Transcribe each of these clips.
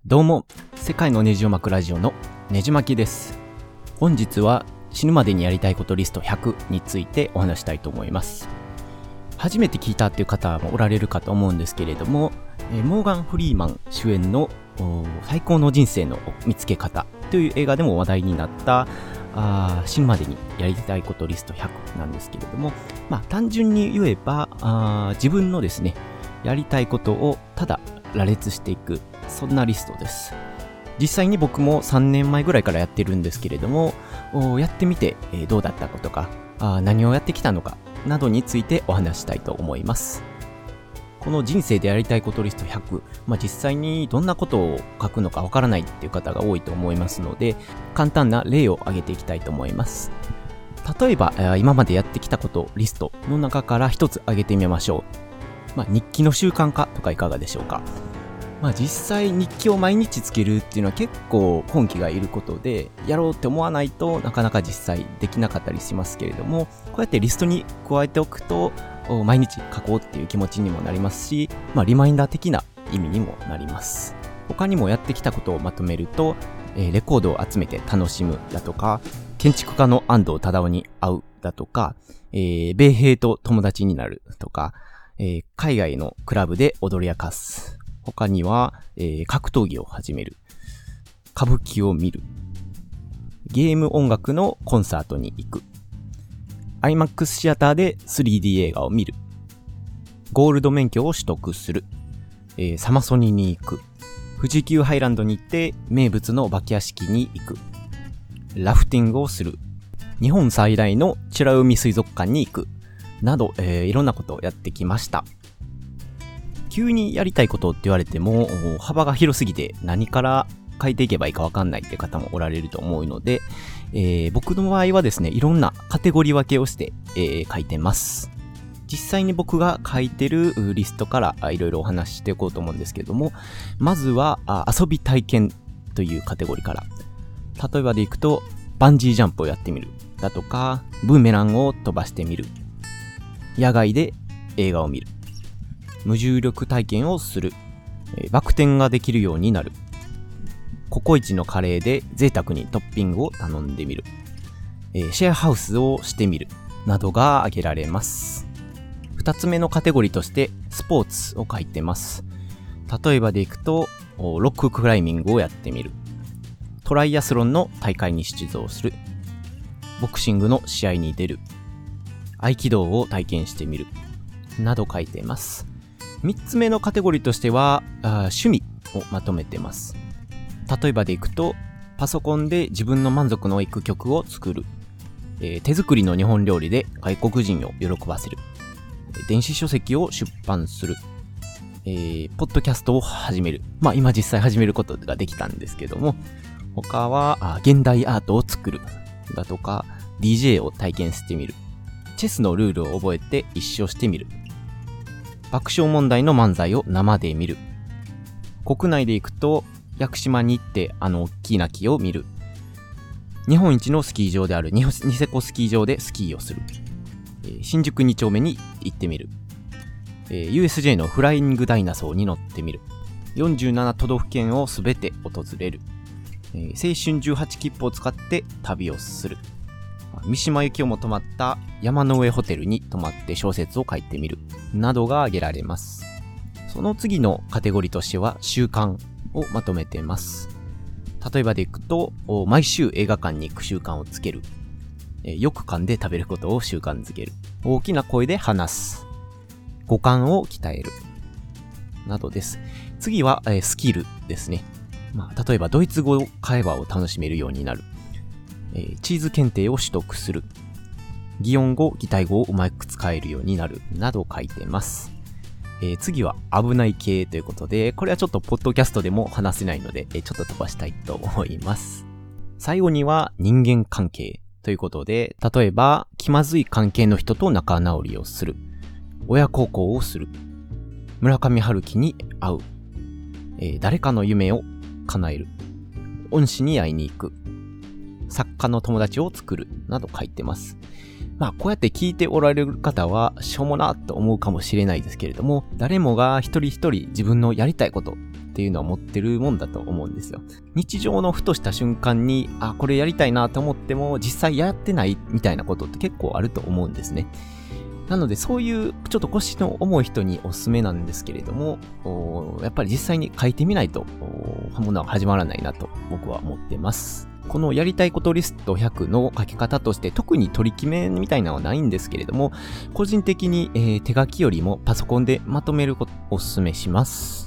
どうも、世界のネジを巻くラジオのネジ巻きです。本日は死ぬまでにやりたいことリスト100についてお話したいと思います。初めて聞いたっていう方もおられるかと思うんですけれども、モーガン・フリーマン主演の最高の人生の見つけ方という映画でも話題になった死ぬまでにやりたいことリスト100なんですけれども、単純に言えば自分のですね、やりたいことをただ羅列していく、そんなリストです。実際に僕も3年前ぐらいからやってるんですけれども、やってみてどうだったかとか、何をやってきたのかなどについてお話したいと思います。この人生でやりたいことリスト100、実際にどんなことを書くのかわからないっていう方が多いと思いますので、簡単な例を挙げていきたいと思います。例えば今までやってきたことリストの中から一つ挙げてみましょう。日記の習慣化とかいかがでしょうか。実際日記を毎日つけるっていうのは結構根気がいることで、やろうって思わないとなかなか実際できなかったりしますけれども、こうやってリストに加えておくと毎日書こうっていう気持ちにもなりますし、リマインダー的な意味にもなります。他にもやってきたことをまとめると、レコードを集めて楽しむだとか、建築家の安藤忠雄に会うだとか、米兵と友達になるとか、海外のクラブで踊り明かす。他には、格闘技を始める。歌舞伎を見る。ゲーム音楽のコンサートに行く。IMAX シアターで 3D 映画を見る。ゴールド免許を取得する。サマソニに行く。富士急ハイランドに行って名物のお化け屋敷に行く。ラフティングをする。日本最大の美ら海水族館に行く。など、いろんなことをやってきました。急にやりたいことって言われても幅が広すぎて何から書いていけばいいか分かんないって方もおられると思うので、僕の場合はですね、いろんなカテゴリー分けをして、書いてます。実際に僕が書いてるリストからいろいろお話ししていこうと思うんですけれども、まずは遊び体験というカテゴリーから。例えばでいくとバンジージャンプをやってみるだとか、ブーメランを飛ばしてみる、野外で映画を見る、無重力体験をする、バク転ができるようになる、ココイチのカレーで贅沢にトッピングを頼んでみる、シェアハウスをしてみるなどが挙げられます。2つ目のカテゴリーとしてスポーツを書いてます。例えばでいくとロッククライミングをやってみる、トライアスロンの大会に出場する、ボクシングの試合に出る、合気道を体験してみるなど書いています。3つ目のカテゴリーとしては趣味をまとめてます。例えばでいくとパソコンで自分の満足のいく曲を作る、手作りの日本料理で外国人を喜ばせる、電子書籍を出版する、ポッドキャストを始める。今実際始めることができたんですけども、他は現代アートを作るだとか、 DJ を体験してみる、チェスのルールを覚えて一生してみる、爆笑問題の漫才を生で見る、国内で行くと屋久島に行って大きな木を見る、日本一のスキー場であるニセコスキー場でスキーをする、新宿2丁目に行ってみる、USJ のフライングダイナソーに乗ってみる、47都道府県をすべて訪れる、青春18切符を使って旅をする、三島由紀夫も泊まった山の上ホテルに泊まって小説を書いてみるなどが挙げられます。その次のカテゴリーとしては習慣をまとめています。例えばでいくと毎週映画館に行く習慣をつける、よく噛んで食べることを習慣づける、大きな声で話す、五感を鍛えるなどです。次はスキルですね。例えばドイツ語会話を楽しめるようになる、チーズ検定を取得する、擬音語擬態語をうまく使えるようになるなど書いてます。次は危ない系ということで、これはちょっとポッドキャストでも話せないので、ちょっと飛ばしたいと思います。最後には人間関係ということで、例えば気まずい関係の人と仲直りをする、親孝行をする、村上春樹に会う、誰かの夢を叶える、恩師に会いに行く、作家の友達を作るなど書いてます。こうやって聞いておられる方はしょうもなと思うかもしれないですけれども、誰もが一人一人自分のやりたいことっていうのは持ってるもんだと思うんですよ。日常のふとした瞬間に、これやりたいなと思っても実際やってないみたいなことって結構あると思うんですね。なのでそういうちょっと腰の重い人におすすめなんですけれども、やっぱり実際に書いてみないとものは始まらないなと僕は思ってます。このやりたいことリスト100の書き方として特に取り決めみたいなのはないんですけれども、個人的に、手書きよりもパソコンでまとめることをお勧めします。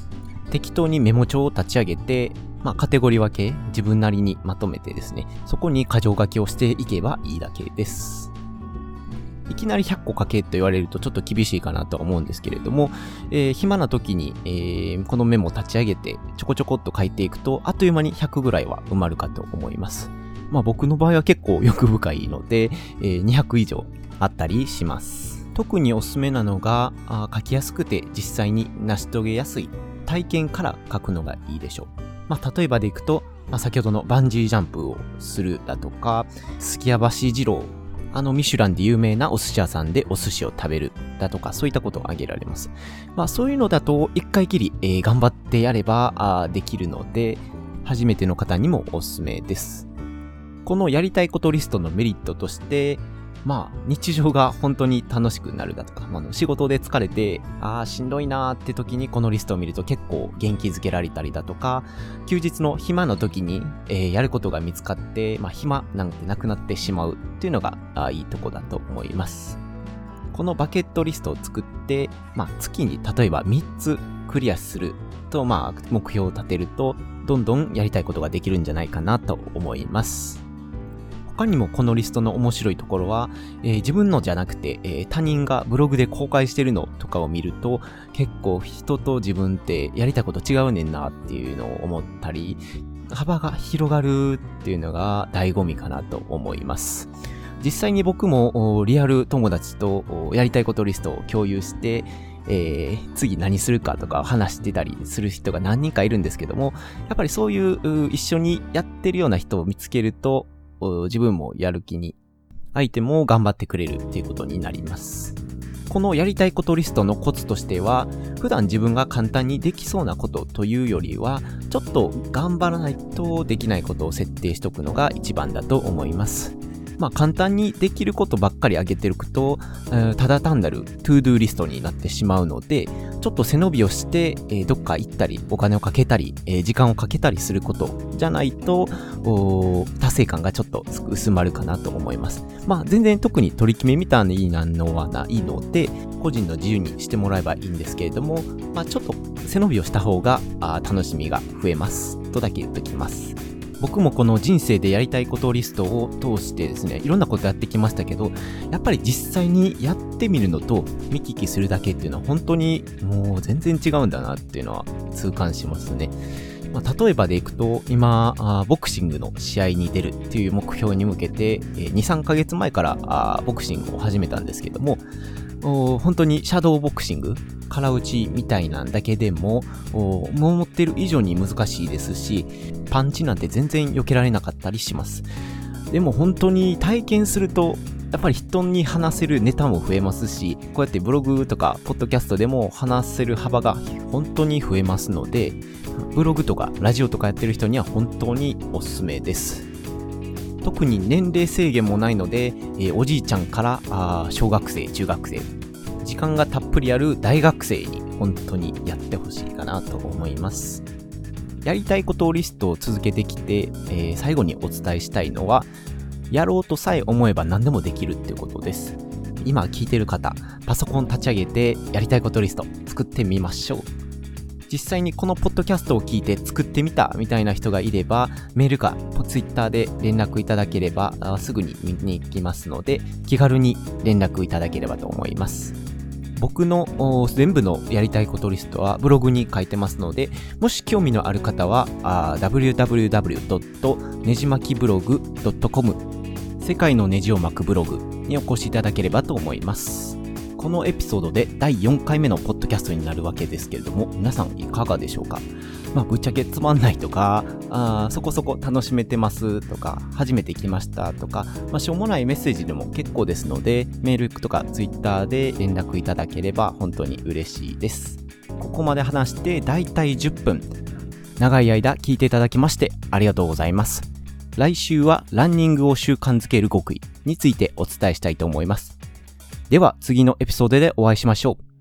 適当にメモ帳を立ち上げて、カテゴリー分け自分なりにまとめてですね、そこに箇条書きをしていけばいいだけです。いきなり100個書けと言われるとちょっと厳しいかなとは思うんですけれども、暇な時に、このメモを立ち上げてちょこちょこっと書いていくとあっという間に100ぐらいは埋まるかと思います。僕の場合は結構欲深いので、200以上あったりします。特におすすめなのが書きやすくて実際に成し遂げやすい体験から書くのがいいでしょう。例えばでいくと、先ほどのバンジージャンプをするだとか、すきや橋二郎、ミシュランで有名なお寿司屋さんでお寿司を食べるだとか、そういったことを挙げられます。そういうのだと一回きり、頑張ってやればできるので、初めての方にもおすすめです。このやりたいことリストのメリットとして、日常が本当に楽しくなるだとか、仕事で疲れて、しんどいなーって時にこのリストを見ると結構元気づけられたりだとか、休日の暇の時に、やることが見つかって、暇なんてなくなってしまうっていうのがいいとこだと思います。このバケットリストを作って、月に例えば3つクリアすると、目標を立てると、どんどんやりたいことができるんじゃないかなと思います。他にもこのリストの面白いところは、自分のじゃなくて、他人がブログで公開してるのとかを見ると、結構人と自分ってやりたいこと違うねんなっていうのを思ったり、幅が広がるっていうのが醍醐味かなと思います。実際に僕もリアル友達とやりたいことリストを共有して、次何するかとか話してたりする人が何人かいるんですけども、やっぱりそういう一緒にやってるような人を見つけると、自分もやる気に、相手も頑張ってくれるっていうことになります。このやりたいことリストのコツとしては、普段自分が簡単にできそうなことというよりは、ちょっと頑張らないとできないことを設定しておくのが一番だと思います。簡単にできることばっかり上げてると、ただ単なるトゥードゥーリストになってしまうので、ちょっと背伸びをして、どっか行ったり、お金をかけたり、時間をかけたりすることじゃないと、達成感がちょっと薄まるかなと思います。全然特に取り決めみたいなのはないので、個人の自由にしてもらえばいいんですけれども、ちょっと背伸びをした方が楽しみが増えますとだけ言っときます。僕もこの人生でやりたいことリストを通してですね、いろんなことやってきましたけど、やっぱり実際にやってみるのと見聞きするだけっていうのは本当にもう全然違うんだなっていうのは痛感しますね。例えばでいくと、今、ボクシングの試合に出るっていう目標に向けて、2、3ヶ月前からボクシングを始めたんですけども、本当にシャドーボクシング、空打ちみたいなんだけでも、思ってる以上に難しいですし、パンチなんて全然避けられなかったりします。でも本当に体験すると、やっぱり人に話せるネタも増えますし、こうやってブログとかポッドキャストでも話せる幅が本当に増えますので、ブログとかラジオとかやってる人には本当におすすめです。特に年齢制限もないので、おじいちゃんから小学生、中学生、時間がたっぷりある大学生に本当にやってほしいかなと思います。やりたいことリストを続けてきて、最後にお伝えしたいのは、やろうとさえ思えば何でもできるっていうことです。今聞いてる方、パソコン立ち上げてやりたいことリスト作ってみましょう。実際にこのポッドキャストを聞いて作ってみたみたいな人がいれば、メールかツイッターで連絡いただければすぐに見に行きますので、気軽に連絡いただければと思います。僕の全部のやりたいことリストはブログに書いてますので、もし興味のある方はwww. ねじまきブログ .com 世界のネジを巻くブログにお越しいただければと思います。このエピソードで第4回目のポッドキャストになるわけですけれども、皆さんいかがでしょうか。ぶっちゃけつまんないとか、そこそこ楽しめてますとか、初めて来ましたとか、しょうもないメッセージでも結構ですので、メールとかツイッターで連絡いただければ本当に嬉しいです。ここまで話してだいたい10分。 長い間聞いていただきましてありがとうございます。来週はランニングを習慣づける極意についてお伝えしたいと思います。では次のエピソードでお会いしましょう。